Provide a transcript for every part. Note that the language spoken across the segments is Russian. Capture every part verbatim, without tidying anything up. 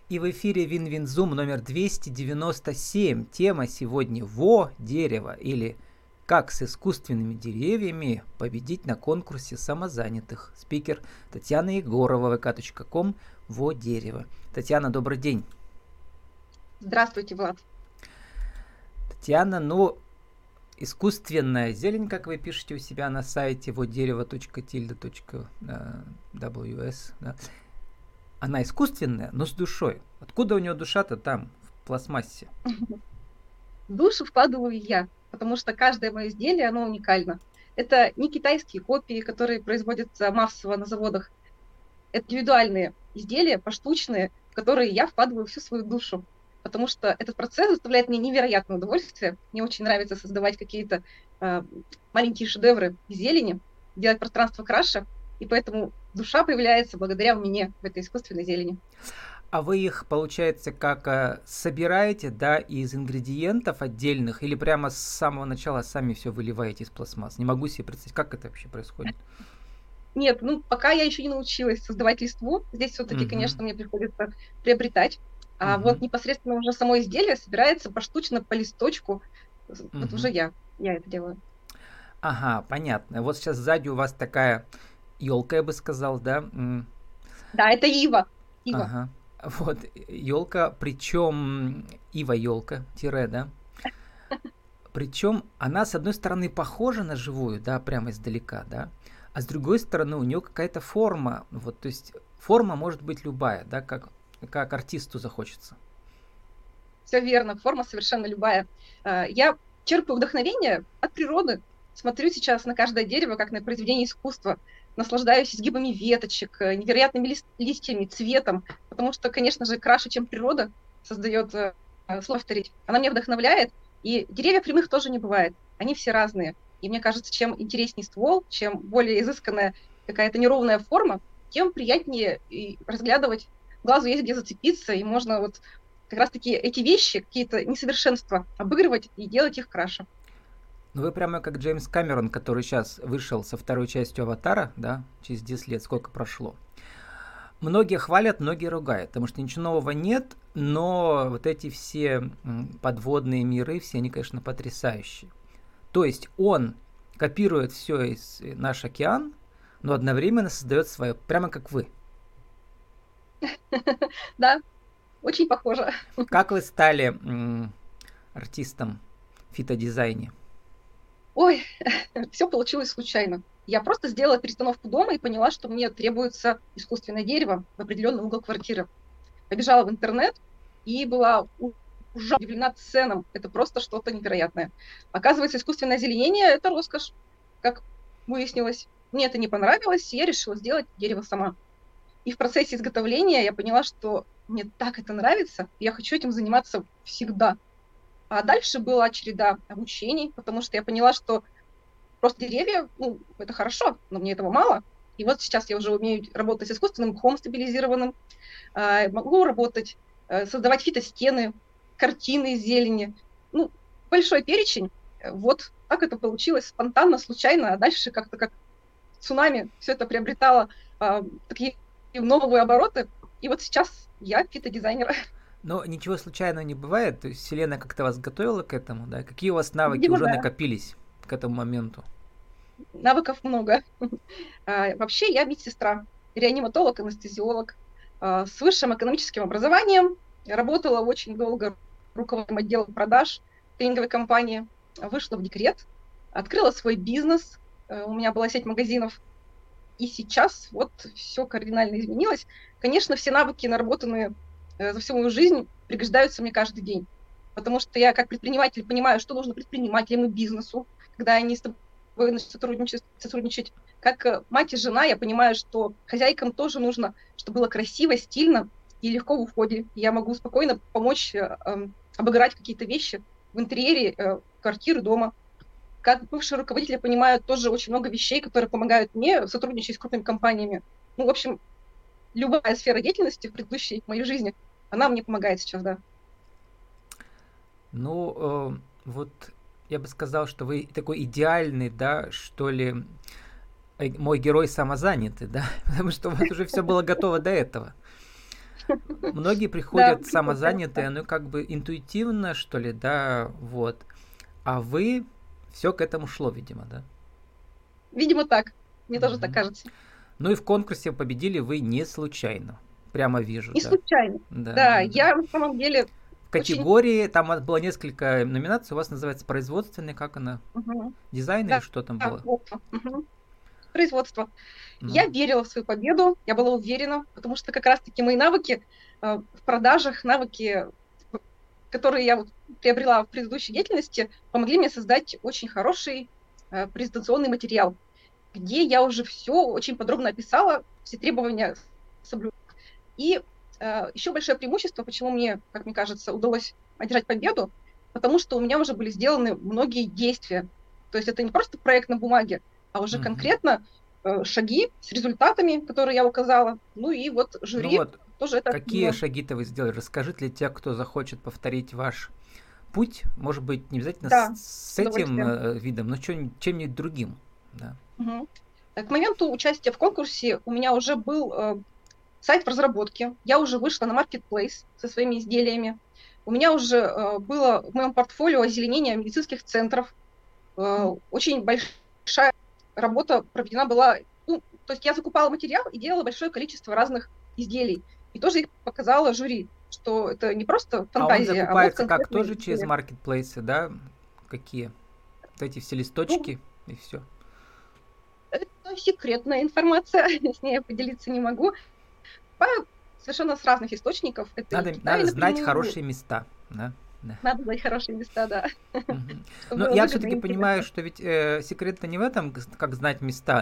И в эфире Вин-Вин-Зум номер двести девяносто семь. Тема сегодня «Во дерево» или «Как с искусственными деревьями победить на конкурсе самозанятых». Спикер Татьяна Егорова, вэ ка точка ком, «Во дерево». Татьяна, добрый день. Здравствуйте, Влад. Татьяна, ну, искусственная зелень, как вы пишете у себя на сайте во дерево точка тильда точка дабл ю эс, да? Она искусственная, но с душой. Откуда у нее душа-то там, в пластмассе? В душу вкладываю я, потому что каждое мое изделие, оно уникально. Это не китайские копии, которые производятся массово на заводах. Это индивидуальные изделия, поштучные, в которые я вкладываю всю свою душу. Потому что этот процесс доставляет мне невероятное удовольствие. Мне очень нравится создавать какие-то э, маленькие шедевры из зелени, делать пространство краше. И поэтому душа появляется благодаря мне в этой искусственной зелени. А вы их, получается, как э, собираете, да, из ингредиентов отдельных, или прямо с самого начала сами все выливаете из пластмасс? Не могу себе представить, как это вообще происходит. Нет, ну пока я еще не научилась создавать листву. Здесь все-таки, Мгм. конечно, мне приходится приобретать. А Мгм. вот непосредственно уже само изделие собирается поштучно по листочку. Вот Мгм. уже я, я это делаю. Ага, понятно. Вот сейчас сзади у вас такая елка, я бы сказал, да? М, Да, это ива. Ива. Ага. Вот, елка, причем ива елка, тире, да? Причем она, с одной стороны, похожа на живую, да, прямо издалека, да, а с другой стороны, у нее какая-то форма, вот, то есть форма может быть любая, да, как, как артисту захочется. Все верно, форма совершенно любая. А, Я черпаю вдохновение от природы. Смотрю сейчас на каждое дерево, как на произведение искусства. Наслаждаюсь изгибами веточек, э, невероятными лист- листьями, цветом. Потому что, конечно же, краше, чем природа создает э, э, слово повторить. Она меня вдохновляет. И деревья прямых тоже не бывает. Они все разные. И мне кажется, чем интереснее ствол, чем более изысканная какая-то неровная форма, тем приятнее и разглядывать. Глазу есть где зацепиться, и можно вот как раз-таки эти вещи, какие-то несовершенства, обыгрывать и делать их краше. Ну вы прямо как Джеймс Камерон, который сейчас вышел со второй частью «Аватара», да, через десять лет, сколько прошло. Многие хвалят, многие ругают, потому что ничего нового нет, но вот эти все м, подводные миры, все они, конечно, потрясающие. То есть он копирует все из э, наш океан, но одновременно создает свое, прямо как вы. Да, очень похоже. Как вы стали м, артистом в фитодизайне? Ой, все получилось случайно. Я просто сделала перестановку дома и поняла, что мне требуется искусственное дерево в определенный угол квартиры. Побежала в интернет и была у- ужасно удивлена ценам. Это просто что-то невероятное. Оказывается, искусственное озеленение – это роскошь, как выяснилось. Мне это не понравилось, и я решила сделать дерево сама. И в процессе изготовления я поняла, что мне так это нравится, и я хочу этим заниматься всегда. А дальше была череда обучений, потому что я поняла, что просто деревья, ну, это хорошо, но мне этого мало. И вот сейчас я уже умею работать с искусственным мхом стабилизированным, а, могу работать, э, создавать фитостены, картины из зелени. Ну, большой перечень. Э, Вот так это получилось спонтанно, случайно, а дальше как-то как цунами все это приобретало а, такие новые обороты. И вот сейчас я фитодизайнер. Но ничего случайного не бывает, то есть Вселенная как-то вас готовила к этому, да? Какие у вас навыки Видимо, уже да. накопились к этому моменту? Навыков много. А, Вообще я медсестра, реаниматолог, анестезиолог а, с высшим экономическим образованием. Работала очень долго руководителем отдела продаж клининговой компании. Вышла в декрет, открыла свой бизнес. Э, У меня была сеть магазинов. И сейчас вот все кардинально изменилось. Конечно, все навыки, наработанные э, за всю мою жизнь, пригождаются мне каждый день. Потому что я как предприниматель понимаю, что нужно предпринимателям и бизнесу, когда они с тобой начнут сотрудничать. сотрудничать. Как э, мать и жена, я понимаю, что хозяйкам тоже нужно, чтобы было красиво, стильно и легко в уходе. Я могу спокойно помочь э, эм, обыграть какие-то вещи в интерьере э, квартиры, дома. Как бывший руководитель, я понимаю тоже очень много вещей, которые помогают мне сотрудничать с крупными компаниями. Ну, в общем, любая сфера деятельности в предыдущей моей жизни, она мне помогает сейчас, да. Ну, э, вот я бы сказал, что вы такой идеальный, да, что ли, э, мой герой самозанятый, да, потому что у вас уже все было готово до этого. Многие Да, приходят приходится. самозанятые, ну как бы интуитивно, что ли, да, вот. А вы все к этому шло, видимо, да? Видимо, так. Мне тоже так Мгм. кажется. Ну и в конкурсе победили вы не случайно. Прямо вижу, Не да. случайно. Да, Да, да, да. я на самом деле В очень... категории, там было несколько номинаций, у вас называется производственный, как она? Мгм. Дизайн или Да, что там да, было? вот. Мгм. Производство. Ну, Я верила в свою победу, я была уверена, потому что как раз-таки мои навыки э, в продажах, навыки, в- которые я вот приобрела в предыдущей деятельности, помогли мне создать очень хороший э, презентационный материал, где я уже все очень подробно описала, все требования соблюдала. И э, еще большое преимущество, почему мне, как мне кажется, удалось одержать победу, потому что у меня уже были сделаны многие действия. То есть это не просто проект на бумаге, а уже мгм. конкретно э, шаги с результатами, которые я указала. Ну и вот Ну жюри вот, тоже это какие оценило. шаги-то вы сделали? Расскажи для тех, кто захочет повторить ваш путь, может быть, не обязательно с, Да, с с этим удовольствием. э, видом, но чем- чем-нибудь другим, да. Мгм. Э, К моменту участия в конкурсе у меня уже был э, сайт в разработке, я уже вышла на Marketplace со своими изделиями, у меня уже э, было в моем портфолио озеленение медицинских центров, э, очень большая работа проведена была, ну, то есть я закупала материал и делала большое количество разных изделий, и тоже их показала жюри, что это не просто А он фантазия, а вот закупается как конкретные тоже через изделия. маркетплейсы, да? Какие? Вот эти все Ну, листочки и все. это секретная информация, с ней я поделиться не могу. По совершенно с разных источников, это и Надо, Китай надо знать напрямую, хорошие места, да. Да. надо знать хорошие места, да, Мгм. чтобы Но было я выгодно и все-таки понимаю, интересно. что ведь э, секрет-то не в этом, г- как знать места,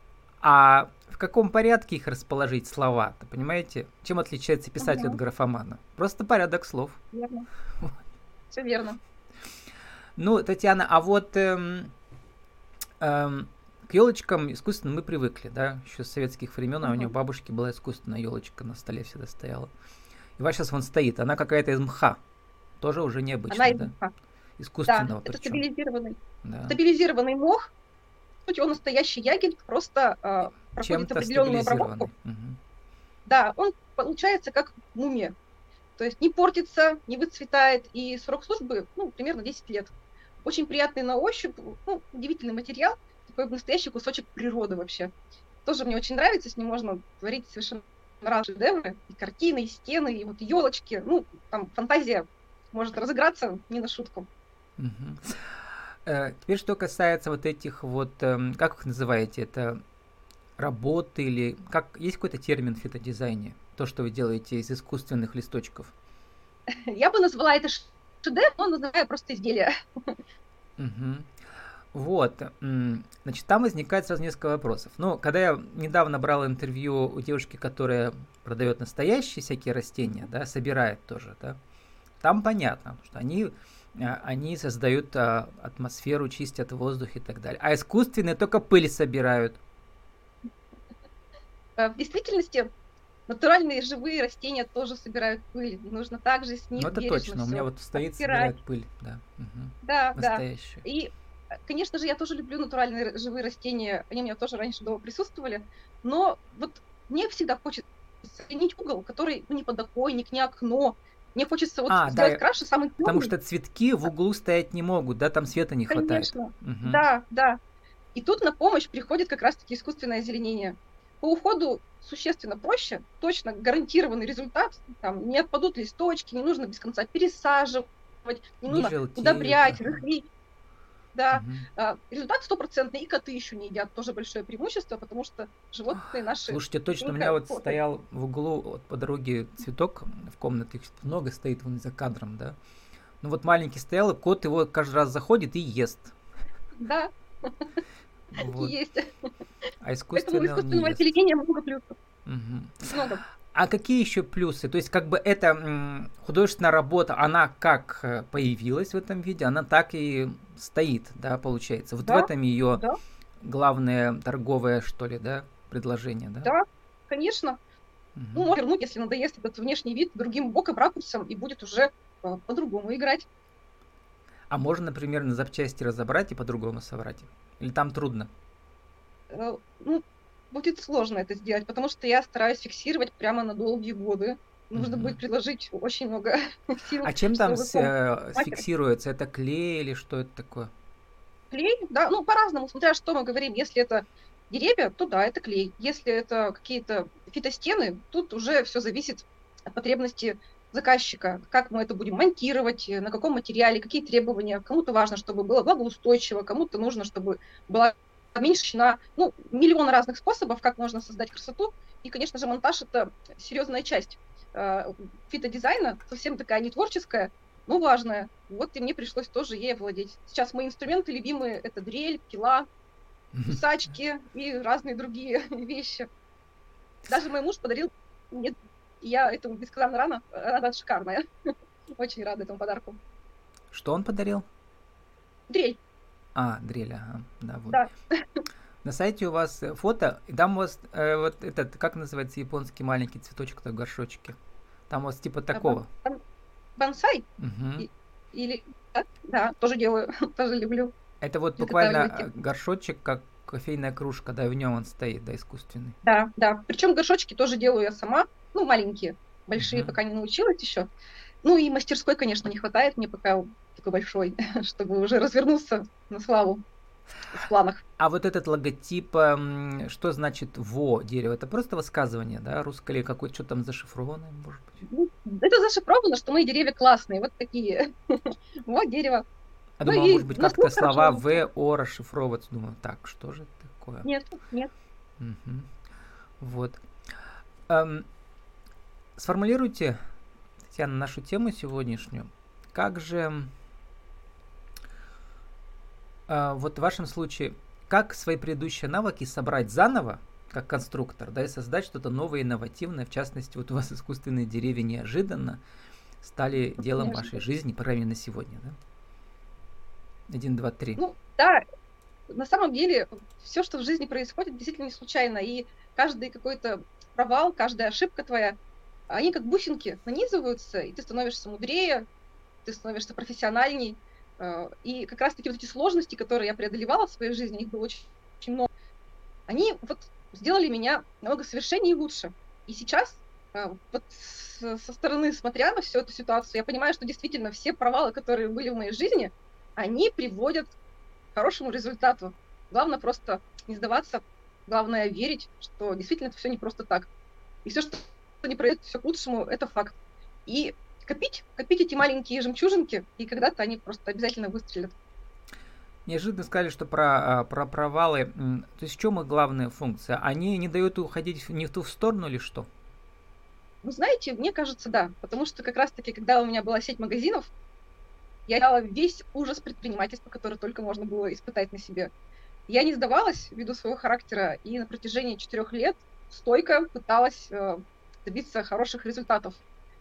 а в каком порядке их расположить слова, -то, понимаете? Чем отличается писатель от Мгм. графомана? Просто порядок слов. Верно, все верно. Ну, Татьяна, а вот эм, эм, к елочкам искусственным мы привыкли, да, еще с советских времен, а у нее Мгм. бабушки была искусственная елочка на столе всегда стояла. И ваша сейчас вон стоит, она какая-то из мха, тоже уже Она необычно, из да, мха. Да, искусственного это причем, стабилизированный, да. стабилизированный мох. Суть, он настоящий ягель, просто а, проходит Чем-то определенную обработку. стабилизированный. Мгм. Да, он получается как мумия. То есть не портится, не выцветает, и срок службы, ну, примерно десять лет. Очень приятный на ощупь, ну, удивительный материал, такой настоящий кусочек природы вообще. Тоже мне очень нравится, с ним можно творить совершенно разные шедевры, и картины, и стены, и вот елочки. Ну, там фантазия может разыграться не на шутку. Мгм. Э, Теперь, что касается вот этих вот, эм, как вы их называете, это работы или как есть какой-то термин в фитодизайне? То, что вы делаете из искусственных листочков. Я бы назвала это шедевр, но называю просто изделие. Мгм. Вот, м, значит, там возникает сразу несколько вопросов. Ну, когда я недавно брал интервью у девушки, которая продает настоящие всякие растения, да, собирает тоже, да, там понятно, что они, а, они создают а, атмосферу, чистят воздух и так далее. А искусственные только пыль собирают. Э, В действительности натуральные живые растения тоже собирают пыль, и нужно также с Ну, них это бережно точно. У меня все вот стоит, отстирать. собирает пыль, да. Мгм. Да, да. Настоящую. И, э, конечно же, я тоже люблю натуральные р- живые растения, они у меня тоже раньше дома присутствовали, но вот мне всегда хочется сменить угол, который, ну, не подоконник, не окно. Мне хочется вот А, да, сделать я- краше самый потому темный. что цветки в углу стоять не могут, да, там света не хватает. Конечно, Мгм. да, да. И тут на помощь приходит как раз-таки искусственное озеленение. По уходу существенно проще, точно гарантированный результат. Там не отпадут листочки, не нужно без конца пересаживать, не Не нужно желтеют, удобрять, ага. рыхлить. Да, Мгм. а, результат стопроцентный, и коты еще не едят, тоже большое преимущество, потому что животные наши Слушайте, точно, у меня частенько вот портят. стоял в углу вот по дороге цветок в комнате, их много стоит вон за кадром, да. Ну вот маленький стоял, и кот его каждый раз заходит и ест. Да, Вот. есть. А Поэтому у искусственный он не искусственного ест. озеленения много плюсов. Мгм. Много. А какие еще плюсы? То есть, как бы эта м, художественная работа, она как э, появилась в этом виде, она так и стоит, да, получается. Вот в Да, этом ее да, главное торговое, что ли, да, предложение, да? да, конечно. Ну, Мгм. можно вернуть, если надоест этот внешний вид, другим боком, ракурсом, и будет уже э, по-другому играть. А можно, например, на запчасти разобрать и по-другому собрать? Или там трудно? Э, Ну, будет сложно это сделать, потому что я стараюсь фиксировать прямо на долгие годы. нужно будет Мгм. приложить очень много сил, А чем там чтобы с- полностью э, мастер. фиксируется? Это клей или что это такое? Клей, да, ну, по-разному, смотря что мы говорим. Если это деревья, то да, это клей. Если это какие-то фитостены, тут уже все зависит от потребности заказчика, как мы это будем монтировать, э, на каком материале, какие требования. Кому-то важно, чтобы было благоустойчиво, кому-то нужно, чтобы была меньше толщина. Ну, миллион разных способов, как можно создать красоту. И, конечно же, монтаж – это серьезная часть э, фитодизайна, совсем такая не творческая, ну, важная. Вот и мне пришлось тоже ей овладеть. Сейчас мои инструменты любимые – это дрель, пила, кусачки и разные другие вещи. Даже мой муж подарил мне, я этому несказанно рано, рада, шикарная. Очень рада этому подарку. Что он подарил? Дрель, А, дрель, ага, да, вот. да. На сайте у вас э, фото, и там у вас э, вот этот, как называется японский маленький цветочек-то в горшочке? Там у вас типа А бон- такого. бон- Бонсай Мгм. и- или… Да, да, тоже делаю, тоже люблю Это вот буквально изготавливать. э, горшочек, как кофейная кружка, да, и в нем он стоит, да, искусственный. Да, да. Причем горшочки тоже делаю я сама, ну, маленькие, большие Мгм. пока не научилась еще. Ну и мастерской, конечно, не хватает мне пока такой большой, чтобы уже развернуться на славу в планах. А вот этот логотип, эм, что значит во дерево? Это просто высказывание, да, русское или какое-то что там зашифрованное, может быть? Ну, это зашифровано, что мои деревья классные, вот такие. Вот дерево. Я Ну думала, и может быть, на как-то слух слова хорошо. В, О расшифровываться. Думаю, так, что же это такое? Нет, нет. Мгм. Вот. Эм, Сформулируйте, Татьяна, нашу тему сегодняшнюю. Как же, э, вот в вашем случае, как свои предыдущие навыки собрать заново, как конструктор, да, и создать что-то новое, инновативное. В частности, вот у вас искусственные деревья неожиданно стали делом вашей Неожиданно. жизни, по крайней мере, на сегодня, да? Один, два, три. Ну, да, на самом деле все, что в жизни происходит, действительно не случайно. И каждый какой-то провал, каждая ошибка твоя, они как бусинки нанизываются, и ты становишься мудрее, ты становишься профессиональней. Э, И как раз-таки вот эти сложности, которые я преодолевала в своей жизни, их было очень, очень много, они вот сделали меня намного совершеннее и лучше. И сейчас, э, вот с- со стороны смотря на всю эту ситуацию, я понимаю, что действительно все провалы, которые были в моей жизни, они приводят к хорошему результату. Главное просто не сдаваться, главное верить, что действительно это все не просто так. И все, что не пройдет, все к лучшему, это факт. И копить, копить эти маленькие жемчужинки, и когда-то они просто обязательно выстрелят. Неожиданно сказали, что про, а, про провалы. м, То есть в чем их главная функция? Они не дают уходить в- не в ту сторону или что? Вы знаете, мне кажется, да, потому что как раз-таки, когда у меня была сеть магазинов, я знала весь ужас предпринимательства, который только можно было испытать на себе. Я не сдавалась ввиду своего характера и на протяжении четырех лет стойко пыталась э, добиться хороших результатов.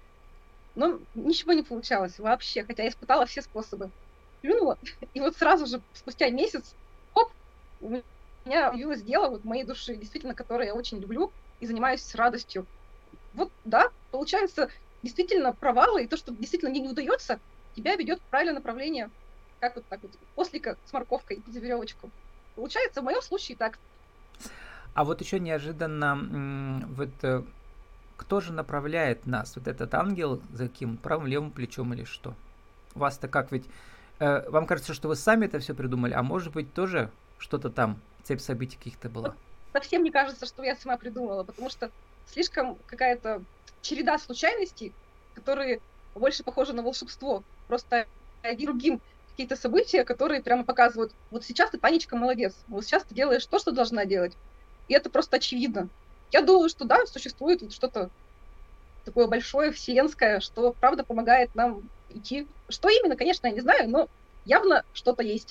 Но ничего не получалось вообще, хотя я испытала все способы. Плюнула, и вот сразу же, спустя месяц, хоп, у меня появилось дело вот моей души, действительно, которое я очень люблю и занимаюсь с радостью. Вот, да, получается, действительно, провалы и то, что действительно мне не удается, тебя ведет в правильное направление, как вот так вот, ослика с морковкой за веревочку. Получается, в моем случае так. А вот еще неожиданно, м, вот э, кто же направляет нас? Вот этот ангел за каким? Правым, левым плечом или что? У вас-то как ведь? э, Вам кажется, что вы сами это все придумали, а может быть тоже что-то там, цепь событий каких-то Вот была? совсем не кажется, что я сама придумала, потому что слишком какая-то череда случайностей, которые больше похожи на волшебство. Просто один другим какие-то события, которые прямо показывают, вот сейчас ты, Танечка, молодец, вот сейчас ты делаешь то, что должна делать. И это просто очевидно. Я думаю, что да, существует вот что-то такое большое, вселенское, что правда помогает нам идти. Что именно, конечно, я не знаю, но явно что-то есть.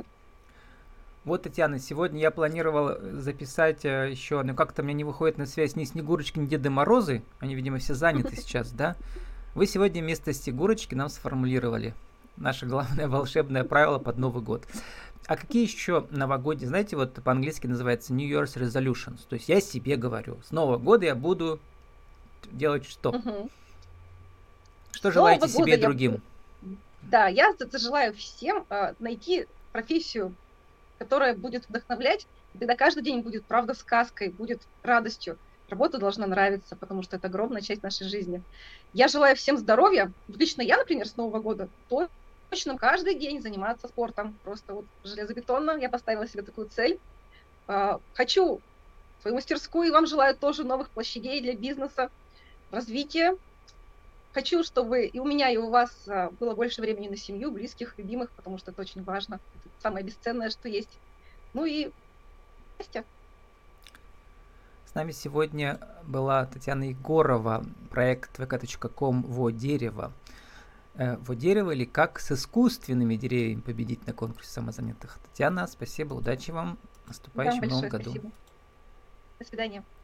Вот, Татьяна, сегодня я планировал э, записать э, еще, но как-то мне не выходит на связь ни Снегурочки, ни Деды Морозы. Они, видимо, все заняты сейчас, да? Вы сегодня вместо Снегурочки нам сформулировали наше главное волшебное правило под Новый год. А какие еще новогодние, знаете, вот по-английски называется New Year's Resolutions. То есть я себе говорю, с Нового года я буду делать что? Мгм. Что С Нового желаете года себе и я другим? Да, я за- желаю всем а, найти профессию, которая будет вдохновлять, и тогда каждый день будет, правда, сказкой, будет радостью. Работа должна нравиться, потому что это огромная часть нашей жизни. Я желаю всем здоровья. Лично я, например, с Нового года точно каждый день заниматься спортом. Просто вот железобетонно я поставила себе такую цель. Хочу свою мастерскую, и вам желаю тоже новых площадей для бизнеса, развития. Хочу, чтобы и у меня, и у вас было больше времени на семью, близких, любимых, потому что это очень важно. Это самое бесценное, что есть. Ну и счастья. С нами сегодня была Татьяна Егорова, проект вэ ка точка ком «Во дерево». «Во дерево» или «Как с искусственными деревьями победить на конкурсе самозанятых». Татьяна, спасибо, удачи вам в наступающем да, новом году. Спасибо. До свидания.